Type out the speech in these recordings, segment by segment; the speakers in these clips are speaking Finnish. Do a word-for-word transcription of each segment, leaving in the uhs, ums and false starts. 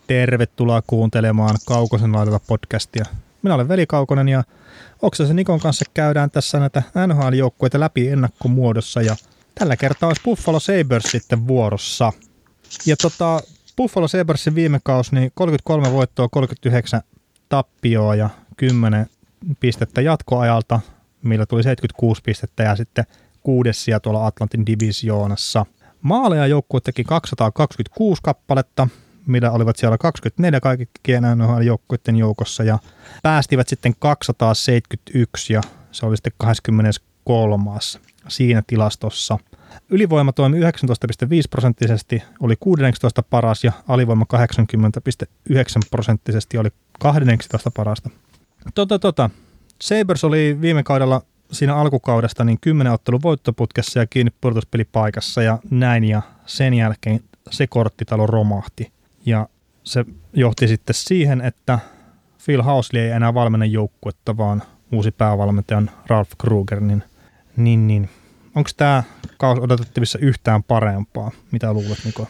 Tervetuloa kuuntelemaan Kaukosen laidalla podcastia. Minä olen Veli Kaukonen ja Oksasen Nikon kanssa käydään tässä näitä N H L-joukkueita läpi ennakkomuodossa ja tällä kertaa olisi Buffalo Sabres sitten vuorossa. Ja tota, Buffalo Sabresin viime kausi, niin kolmekymmentäkolme voittoa, kolmekymmentäyhdeksän tappioa ja kymmenen pistettä jatkoajalta, millä tuli seitsemänkymmentäkuusi pistettä ja sitten kuudes sija tuolla Atlantin divisioonassa. Maaleja joukkue teki kaksisataakaksikymmentäkuusi kappaletta, millä olivat siellä kaksikymmentäneljä kaikkien N H L-joukkueiden joukossa ja päästivät sitten kaksisataaseitsemänkymmentäyksi ja se oli sitten kaksikymmentäkolmas siinä tilastossa. Ylivoima toimi yhdeksäntoista pilkku viisi prosenttisesti, oli kuusitoista paras ja alivoima kahdeksankymmentä pilkku yhdeksän prosenttisesti oli kaksitoista parasta. Tota, tota. Sabres oli viime kaudella siinä alkukaudesta niin kymmenen ottelun voittoputkessa ja kiinni pudotuspelipaikassa ja näin ja sen jälkeen se korttitalo romahti. Ja se johti sitten siihen, että Phil Housley ei enää valmenna joukkuetta, vaan uusi päävalmentaja on Ralph Krueger. Niin, niin, niin. Onko tämä kausi odotettavissa yhtään parempaa? Mitä luulet, Niko?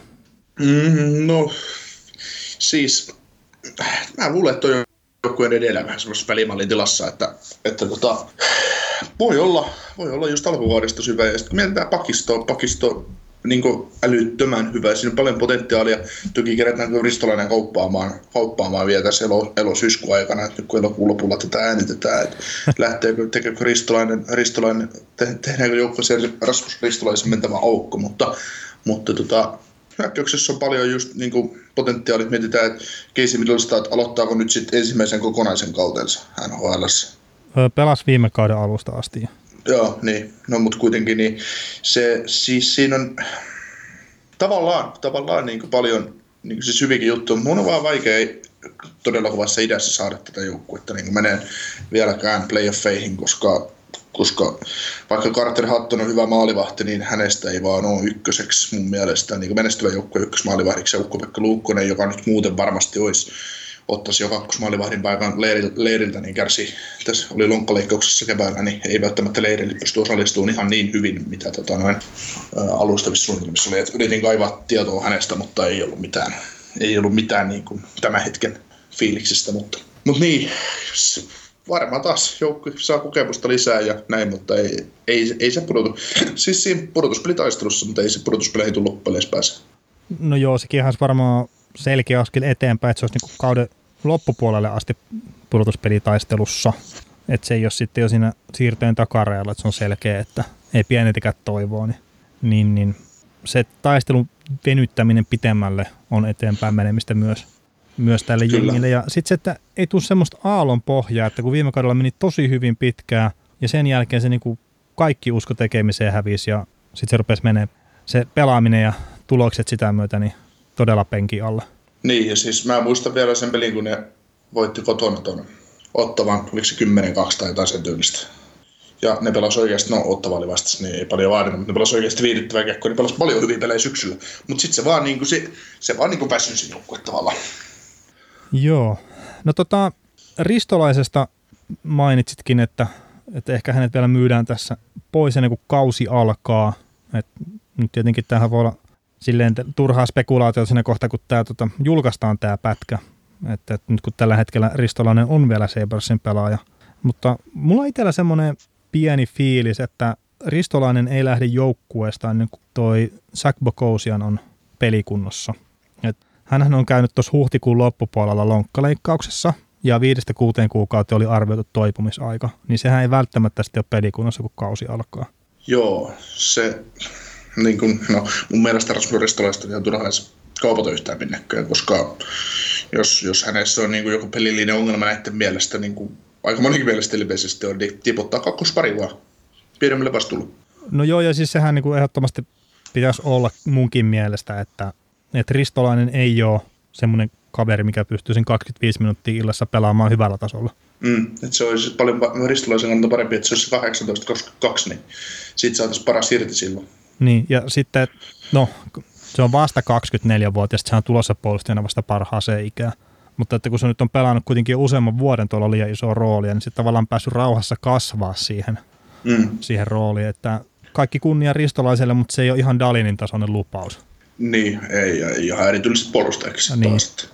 Mm, no, siis mä luulen, että toi joukkueen edellä vähän semmoisessa välimallin tilassa, että, että tota, voi olla, voi olla just alkuvuodesta syvä. Ja sitten kun mietitään pakistoa, pakisto niin älyttömän hyvä. Siinä on paljon potentiaalia. Toki kerätään ristolainen kauppaamaan, kauppaamaan vielä tässä elo, elo-syyskuun aikana, että nyt kun elokuun lopulla tätä äänitetään, että lähteekö, tekeekö ristolainen, ristolainen te, tehdäänkö joukkueeseen Rasmus Ristolaisen mentävä aukko, mutta, mutta tota, hyökkäyksessä on paljon just niin kuin potentiaalit. Mietitään, että Casey Mittelstadt aloittaako nyt sitten ensimmäisen kokonaisen kautensa N H L:ssä. Pelasi viime kauden alusta asti. Joo, niin. No, mutta kuitenkin niin se, siis siinä on tavallaan, tavallaan niin kuin paljon niin kuin siis hyvinkin juttu. Mun on vaan vaikea todella kovassa idässä saada tätä joukkuetta niin menee vieläkään playoffeihin, koska, koska vaikka Carter Hutton on hyvä maalivahti, niin hänestä ei vaan ole ykköseksi mun mielestä. Niin menestyvä joukkue ykkösmaalivahdiksi ja Ukko-Pekka Luukkonen, joka nyt muuten varmasti olisi ottaisi jo kakkosmaalivahdin paikan leiriltä, niin kärsi, tässä oli lonkkaleikkauksessa keväällä, niin ei välttämättä leirille pysty osallistumaan ihan niin hyvin, mitä tota, noin, ä, alustavissa suunnitelmissa oli. Et yritin kaivaa tietoa hänestä, mutta ei ollut mitään, ei ollut mitään niin kuin tämän hetken fiiliksistä. Mutta, mutta niin, varmaan taas joukkue saa kokemusta lisää ja näin, mutta ei, ei, ei se pudotu. Siis siinä pudotuspelitaistelussa, mutta ei se pudotuspeleihin tullut loppupeleissä pääse. No joo, sekin ihan varmaan selkeä askel eteenpäin, että se olisi niin kauden loppupuolelle asti pudotuspelitaistelussa. Että se ei ole sitten jo siinä siirtojen takarajalla, että se on selkeä, että ei pienetikään toivoa. Niin, niin, niin se taistelun venyttäminen pitemmälle on eteenpäin menemistä myös, myös tälle Kyllä. jengille. Ja sitten se, että ei tule semmoista aallon pohjaa, että kun viime kaudella meni tosi hyvin pitkään ja sen jälkeen se niin kuin kaikki usko tekemiseen hävisi ja sitten se rupesi menemään se pelaaminen ja tulokset sitä myötä niin todella penkin alla. Niin, ja siis mä muistan vielä sen pelin, kun ne voitti kotona tuon Ottavan, oliko se kymmenen kaksi tai jotain sen tyylistä. Ja ne pelasi oikeasti, no Ottava oli vastassa, niin ei paljon vaadinut, mutta ne pelasi oikeasti viihdyttävää kiekkoa, ne pelasi paljon hyviä pelejä syksyllä. Mutta sitten se vaan niinku, se, se vaan niinku väsyi sen joukkue tavallaan. Joo. No tota, Ristolaisesta mainitsitkin, että, että ehkä hänet vielä myydään tässä pois ennen kuin kausi alkaa. Et nyt tietenkin tähän voi olla silleen turhaa spekulaatiota siinä kohtaa, kun tämä tota, julkaistaan tämä pätkä. Että, että nyt kun tällä hetkellä Ristolainen on vielä Sabresin pelaaja. Mutta mulla on itsellä semmoinen pieni fiilis, että Ristolainen ei lähde joukkueesta ennen kuin toi Zach Bogosian on pelikunnossa. Et hänhän on käynyt tuossa huhtikuun loppupuolella lonkkaleikkauksessa ja viidestä kuuteen kuukautta oli arvioitu toipumisaika. Niin sehän ei välttämättä sitten ole pelikunnossa, kun kausi alkaa. Joo, se niin kun, no, mun mielestä Rasmus Ristolaista on ihan turha edes kaupata yhtään minnekään, koska jos, jos hänessä on niin kuin joku pelillinen ongelma näiden mielestä, niin kuin aika monikin mielestä ilmeisesti on, niin tiputtaa kakkospari vaan pienemmälle vastuulla. No joo, ja siis sehän niin kuin ehdottomasti pitäisi olla munkin mielestä, että, että Ristolainen ei ole semmoinen kaveri, mikä pystyy sen kaksikymmentäviisi minuuttia illassa pelaamaan hyvällä tasolla. Mm, että se olisi paljon Ristolaisen kannalta parempi, että se olisi kahdeksantoista kaksikymmentäkaksi, niin siitä saataisiin paras irti silloin. Niin, ja sitten, no, se on vasta kaksikymmentäneljä-vuotias, sehän on tulossa puolustajana vasta parhaaseen ikään. Mutta että kun se nyt on pelannut kuitenkin jo useamman vuoden tuolla liian isoa roolia, niin sitten tavallaan päässyt rauhassa kasvaa siihen, mm. siihen rooliin. Että kaikki kunnia Ristolaiselle, mutta se ei ole ihan Dalinin tasoinen lupaus. Niin, ei, ei ihan erityisesti puolustajaksi niin. taas.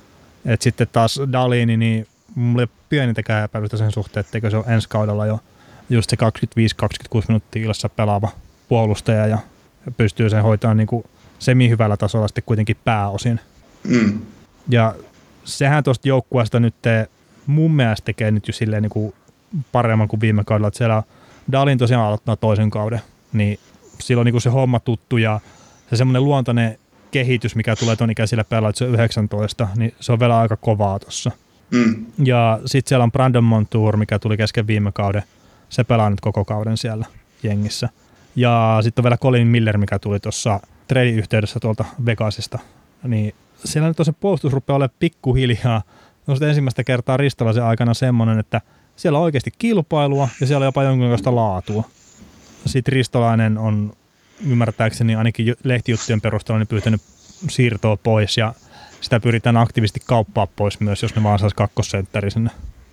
Et sitten taas Dahlin, niin mulla ei ole pienintäkään epäilystä sen suhteen, etteikö se ole ensi kaudella jo just se kaksikymmentäviisi kaksikymmentäkuusi minuuttia illassa pelaava puolustaja ja pystyy sen hoitamaan niin kuin semi-hyvällä tasolla sitten kuitenkin pääosin. Mm. Ja sehän tuosta joukkueesta nyt te, mun mielestä tekee nyt jo silleen niin kuin paremman kuin viime kaudella, että siellä Dahlin tosiaan aloittaa toisen kauden, niin silloin niin kuin se homma tuttu ja se semmoinen luontainen kehitys, mikä tulee ton ikäisillä pelaajilla, että se on yhdeksäntoista, niin se on vielä aika kovaa tuossa. Mm. Ja sitten siellä on Brandon Montour, mikä tuli kesken viime kauden. Se pelaa nyt koko kauden siellä jengissä. Ja sitten on vielä Colin Miller, mikä tuli tuossa treidin yhteydessä tuolta Vegasista. Niin siellä nyt on se puolustus rupeaa olemaan pikkuhiljaa. On sitten ensimmäistä kertaa Ristolaisen aikana semmoinen, että siellä on oikeasti kilpailua ja siellä on jopa jonkinlaista laatua. Sitten Ristolainen on ymmärtääkseni ainakin lehtijuttujen perusteella niin pyytänyt siirtoa pois ja sitä pyritään aktiivisesti kauppaa pois myös, jos ne vaan saisi kakkosentteri sinne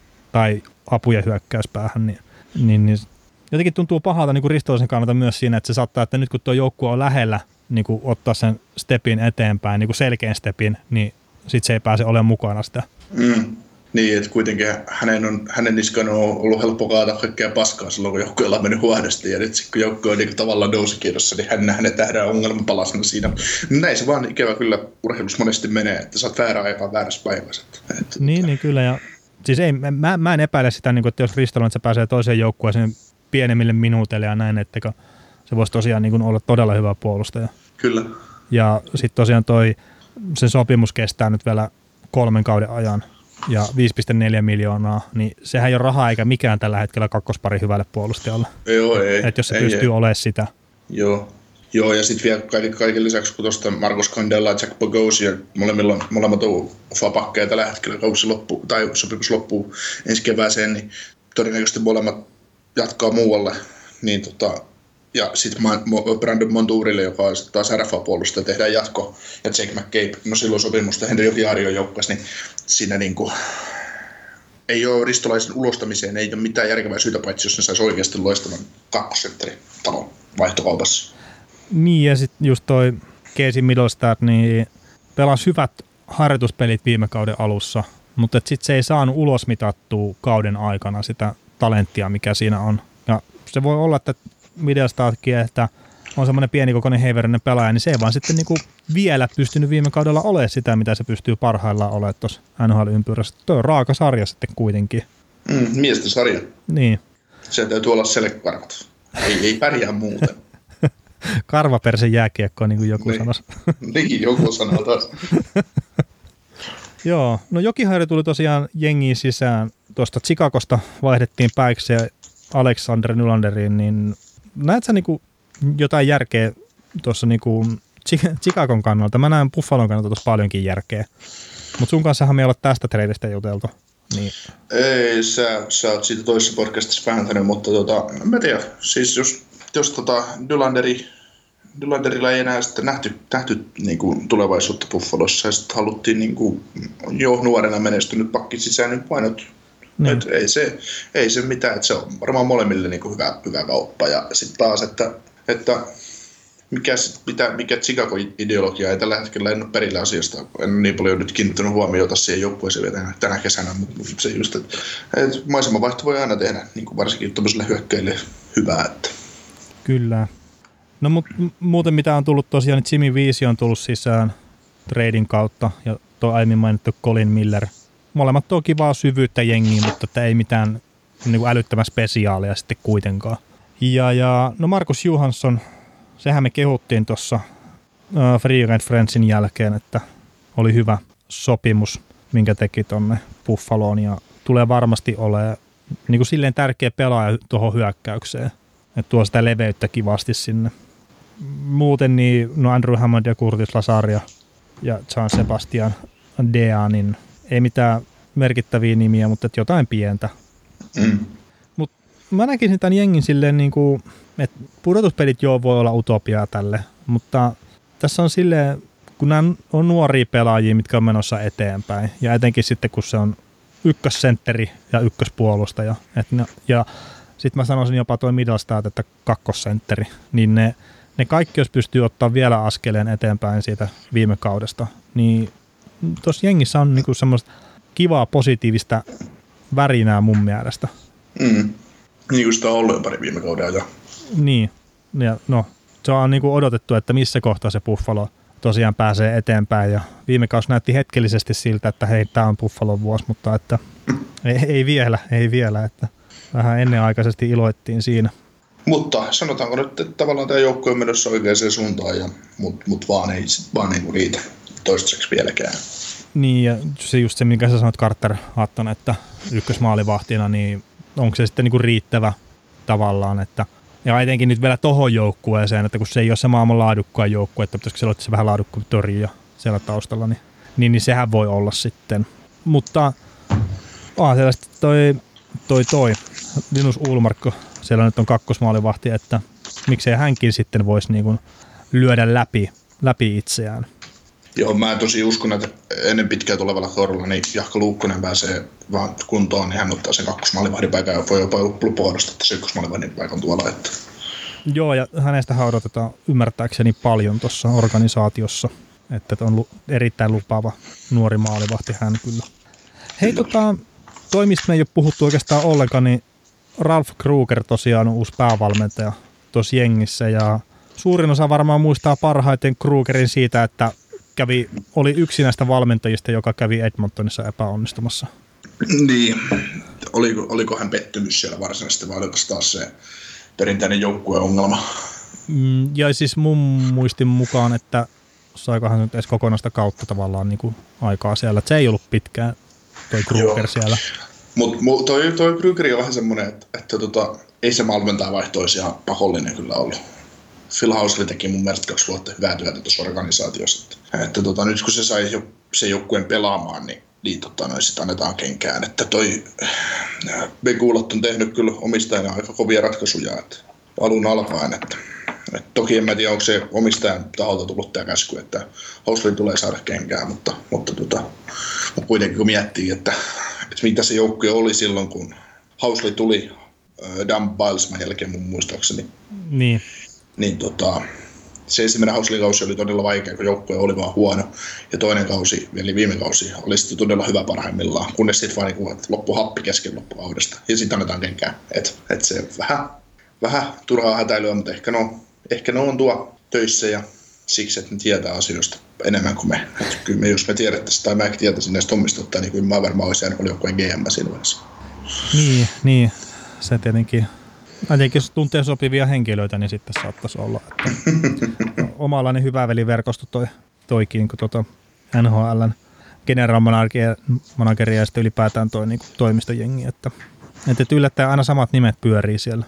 tai apuja hyökkäyspäähän. Niin, niin, niin jotenkin tuntuu pahalta niin kuin Ristolaisen kannalta myös siinä, että se saattaa, että nyt kun tuo joukkue on lähellä niin kuin ottaa sen stepin eteenpäin, niin kuin selkeän stepin, niin sitten se ei pääse olemaan mukana sitä. Mm. Niin, että kuitenkin hänen, on, hänen niskan on ollut helppo kaata kaikkea paskaa silloin, kun joukkueella on mennyt huonosti. Ja nyt kun joukkue on niin tavallaan nousikierrossa, niin hän, hänet nähdään ongelmapalasena siinä. Näin se vaan ikävä kyllä urheilussa monesti menee, että sä oot väärä aikaan väärässä päivässä. Niin, niin kyllä. Ja, siis ei, mä, mä en epäile sitä, niin kuin, että jos Ristolainen se pääsee toiseen joukkueeseen pienemmille minuuteille ja näin, että se voisi tosiaan niin kuin olla todella hyvä puolustaja. Kyllä. Ja sitten tosiaan toi, sen sopimus kestää nyt vielä kolmen kauden ajan. Ja viisi pilkku neljä miljoonaa, niin sehän ei ole rahaa eikä mikään tällä hetkellä kakkospari hyvälle puolustajalle. Joo, ei. Että jos se ei, pystyy ei. olemaan sitä. Joo. Joo, ja sitten vielä kaiken, kaiken lisäksi, kun tuosta Marcos Candela ja Jack Bogosia, molemmilla, molemmat on U F A-pakkeja tällä hetkellä, kausi loppuu, tai sopimus loppuu ensi kevääseen, niin todennäköisesti molemmat jatkaa muualle. Niin tota, ja sitten Brandon Montourille, joka on taas R F A-puolustaja, tehdään jatko. Ja Jake McCabe, no silloin sopimusta Henry Jokiharjon joukkueessa, niin siinä niinku ei ole Ristolaisen ulostamiseen, ei ole mitään järkevää syytä, paitsi jos ne saisi oikeasti loistavan kakkosentteri talon vaihtokaupassa. Niin, ja sitten just toi Casey Middlestad, niin pelasi hyvät harjoituspelit viime kauden alussa, mutta sitten se ei saanut ulosmitattua kauden aikana sitä talenttia, mikä siinä on. Ja se voi olla, että Middlestadkin, että on semmoinen pienikokoinen heiverinen pelaaja, niin se ei vaan sitten niinku vielä pystynyt viime kaudella olemaan sitä, mitä se pystyy parhaillaan olemaan tuossa N H L-ympyrässä. Tuo on raaka sarja sitten kuitenkin. Mm, miesten sarja. Niin. Se täytyy olla selkäkarvat. Ei, ei pärjää muuten. Karvapersen jääkiekko, niin kuin joku niin. sanoisi. Niin, joku sanoo taas. Joo, no Jokiharju tuli tosiaan jengiin sisään. Tuosta Chicagosta vaihdettiin päiksi ja Alexander Nylanderiin, niin näet sä niinku jotain järkeä tuossa niinku Chicagon kannalta? Mä näen Buffalon kannalta tuossa paljonkin järkeä, mutta sun kanssahan me ei olla tästä treidistä juteltu. Niin. Ei, sä, sä oot siitä toisessa podcastissa vääntänyt, mutta tota, mä tiedän, siis jos, jos tota Nylanderi, Nylanderilla ei enää sitten nähty, nähty niin kuin tulevaisuutta Buffalossa ja sitten haluttiin niin kuin, jo nuorena menestynyt pakki sisään, niin painot. Niin. Ei, se, ei se mitään, että se on varmaan molemmille niin kuin hyvä, hyvä kauppa. Ja sitten taas, että, että mikä, mitä, mikä Chicago-ideologia ei tällä hetkellä en ole perillä asiasta. En ole niin paljon nyt kiinnittänyt huomiota siihen joukkueeseen vielä tänä kesänä, mutta se just, että, että maisemavaihto voi aina tehdä, niin kuin varsinkin tuollaisille hyökkäille hyvää. Että. Kyllä. No mutta muuten mitä on tullut tosiaan, niin Jimmy Vesey on tullut sisään treidin kautta ja tuo aiemmin mainittu Colin Miller. Molemmat tuo kivaa syvyyttä jengiin, mutta että ei mitään niin kuin älyttömän spesiaalia sitten kuitenkaan. Ja, ja no Marcus Johansson, sehän me kehuttiin tuossa uh, Free Agent Friendsin jälkeen, että oli hyvä sopimus, minkä teki tonne Buffaloon ja tulee varmasti olemaan niin kuin silleen tärkeä pelaaja tuohon hyökkäykseen, että tuo sitä leveyttä kivasti sinne. Muuten niin no Andrew Hammond ja Curtis Lasaria ja John Sebastian Dea, niin ei mitään merkittäviä nimiä, mutta että jotain pientä. Mm. Mut mä näkisin tämän jengin silleen, niin kuin, että pudotuspelit joo voi olla utopiaa tälle, mutta tässä on silleen, kun nämä on nuoria pelaajia, mitkä on menossa eteenpäin, ja etenkin sitten kun se on ykkössentteri ja ykköspuolustaja, et ne, ja sitten mä sanoisin jopa toi Middlestad, että kakkosentteri, niin ne, ne kaikki, jos pystyy ottaa vielä askeleen eteenpäin siitä viime kaudesta, niin tuossa jengissä on niinku semmoista kivaa positiivista värinää mun mielestä. Mm. Niin kuin sitä on ollut jo pari viime kaudella jo. Niin, ja no se on niinku odotettu, että missä kohtaa se Buffalo tosiaan pääsee eteenpäin, ja viime kausi näytti hetkellisesti siltä, että hei, tää on Buffalon vuosi, mutta että ei, ei vielä, ei vielä, että vähän ennenaikaisesti iloittiin siinä. Mutta sanotaanko nyt, että tavallaan tämä joukko on menossa oikeaan suuntaan, ja, mutta mut vaan ei vaan niin riitä toistaiseksi vieläkään. Niin, ja se just se, minkä sä sanoit Carter Hutton, että ykkösmaalivahtina, niin onko se sitten niinku riittävä tavallaan, että ja etenkin nyt vielä tohon joukkueeseen, että kun se ei ole se maailman laadukkaan joukkue, että pitäisikö se olla se vähän laadukkaan torjua siellä taustalla, niin, niin, niin sehän voi olla sitten. Mutta ah, siellä sitten toi, toi, toi Linus Ullmark, siellä nyt on kakkosmaalivahti, että miksei hänkin sitten voisi niinku lyödä läpi, läpi itseään. Joo, mä tosi uskon, että ennen pitkää tulevalla kaudella niin Jahka Luukkonen pääsee vaan kuntoon, niin hän ottaa sen kakkosmaalivahdin paikan ja voi jopa lupaudesta, että se ykkösmaalivahdin paikan tuolla. Että. Joo, ja hänestä odotetaan ymmärtääkseni paljon tuossa organisaatiossa, että on erittäin lupaava nuori maalivahti hän kyllä. Hei, tota, toi mistä me ei ole puhuttu oikeastaan ollenkaan, niin Ralph Krueger tosiaan on uusi päävalmentaja tuossa jengissä, ja suurin osa varmaan muistaa parhaiten Kruegerin siitä, että kävi, oli yksi näistä valmentajista, joka kävi Edmontonissa epäonnistumassa. Niin, oliko, oliko hän pettymys siellä varsinaisesti vai oliko taas se perinteinen joukkueongelma? Mm, ja siis mun muistin mukaan, että saikohan nyt edes kokonaista kautta tavallaan niin kuin aikaa siellä. Se ei ollut pitkään toi Krueger siellä. Mutta mut toi, toi Krueger on vähän semmoinen, että, että tota, ei se valmentaja vaihto olisi ihan pakollinen kyllä ollut. Phil Housley teki mun mielestä kaksi vuotta hyvää työtä tuossa organisaatiossa. Että, että tota, nyt kun se sai jo, se joukkueen pelaamaan, niin, niin tota, noin sitten annetaan kenkään. Että toi Begulat on tehnyt kyllä omistajana aika kovia ratkaisuja että alun alkaen. Että, että toki en mä tiedä, onko se omistajan taholta tullut tämä käsky, että Housley tulee saada kenkään, mutta, mutta, tota, mutta kuitenkin kun miettii, että, että mitä se joukkue oli silloin, kun Housley tuli äh, Dan Bilesman jälkeen mun muistaakseni. Niin. Niin tota, se ensimmäinen Housley-kausi oli todella vaikea, kun joukkue oli vaan huono. Ja toinen kausi, eli viime kausi, oli sitten todella hyvä parhaimmillaan, kunnes sitten vaan niin loppui happi kesken loppukaudesta. Ja sitten annetaan kenkään. Että et se vähän, vähän turhaa hätäilyä, mutta ehkä ne, on, ehkä ne on tuo töissä ja siksi, että ne tietää asioista enemmän kuin me. Että kyllä me, jos me tiedettäisiin tai mäkin tietäisin näistä hommista, niin kyllä mä varmaan olisin aina joukkueen G M siinä vaiheessa. Niin, niin. Se tietenkin. Ainakin jos tuntee sopivia henkilöitä, niin sitten saattaisi olla. Että omanlainen hyvä veliverkosto toi, toikin kuin tuota N H L:n general manageri ja sitten ylipäätään toi niin toimistojengi. Että, että yllättäen aina samat nimet pyörii siellä.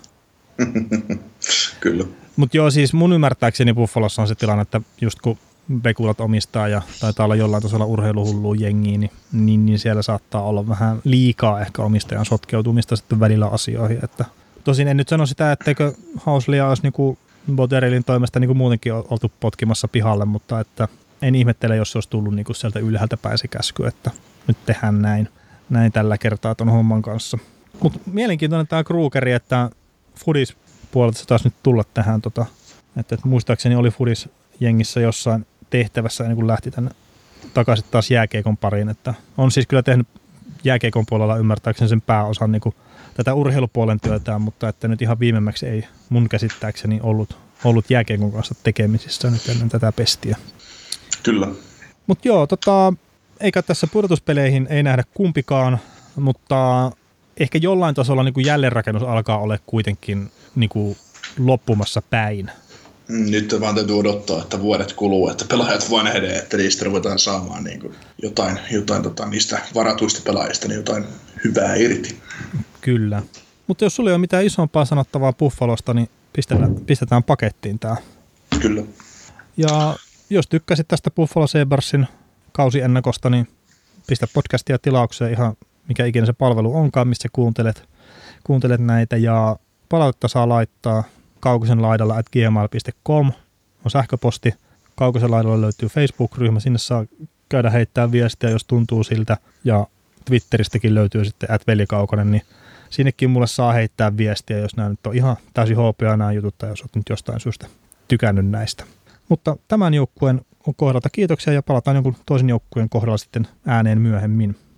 Kyllä. Mutta joo, siis mun ymmärtääkseni Buffalossa on se tilanne, että just kun Begulat omistaa ja taitaa olla jollain tasolla urheiluhulluun jengiin, niin, niin, niin siellä saattaa olla vähän liikaa ehkä omistajan sotkeutumista sitten välillä asioihin, että tosin en nyt sano sitä, etteikö Housleya olisi niinku Boterillin toimesta niinku muutenkin oltu potkimassa pihalle, mutta että en ihmettele, jos se olisi tullut niinku sieltä ylhäältä päin se käsky, että nyt tehdään näin, näin tällä kertaa ton homman kanssa. Mutta mielenkiintoinen tämä Krugeri, että Fudis puolelta se taisi nyt tulla tähän, tota, että, että muistaakseni oli Fudis jengissä jossain tehtävässä ennen kuin lähti tänne takaisin taas jääkiekon pariin, että on siis kyllä tehnyt jääkiekon puolella ymmärtääkseni sen pääosan niin kuin tätä urheilupuolen työtään, mutta että nyt ihan viimemmäksi ei mun käsittääkseni ollut, ollut jääkiekon kanssa tekemisissä nyt ennen tätä pestiä. Kyllä. Mutta joo, tota, eikä tässä pudotuspeleihin ei nähdä kumpikaan, mutta ehkä jollain tasolla niin kuin jälleenrakennus alkaa olla kuitenkin niin kuin loppumassa päin. Nyt vaan täytyy odottaa, että vuodet kuluu, että pelaajat vanhenee, että niistä ruvetaan saamaan niin kuin jotain, jotain tota, niistä varatuista pelaajista niin jotain hyvää irti. Kyllä. Mutta jos sulla ei ole mitään isompaa sanottavaa Buffalosta, niin pistetään, pistetään pakettiin tää. Kyllä. Ja jos tykkäsit tästä Buffalo Sabresin kausiennakosta, niin pistä podcastia tilaukseen ihan mikä ikinä se palvelu onkaan, missä kuuntelet, kuuntelet näitä. Ja palautetta saa laittaa Kaukosen laidalla at gmail piste com on sähköposti. Kaukosen laidalla löytyy Facebook-ryhmä, sinne saa käydä heittää viestiä, jos tuntuu siltä. Ja Twitteristäkin löytyy sitten at velikaukonen, niin sinnekin mulle saa heittää viestiä, jos nämä nyt on ihan täysin H P A nämä jutut, tai jos olet nyt jostain syystä tykännyt näistä. Mutta tämän joukkueen kohdalta kiitoksia ja palataan jonkun toisen joukkueen kohdalla sitten ääneen myöhemmin.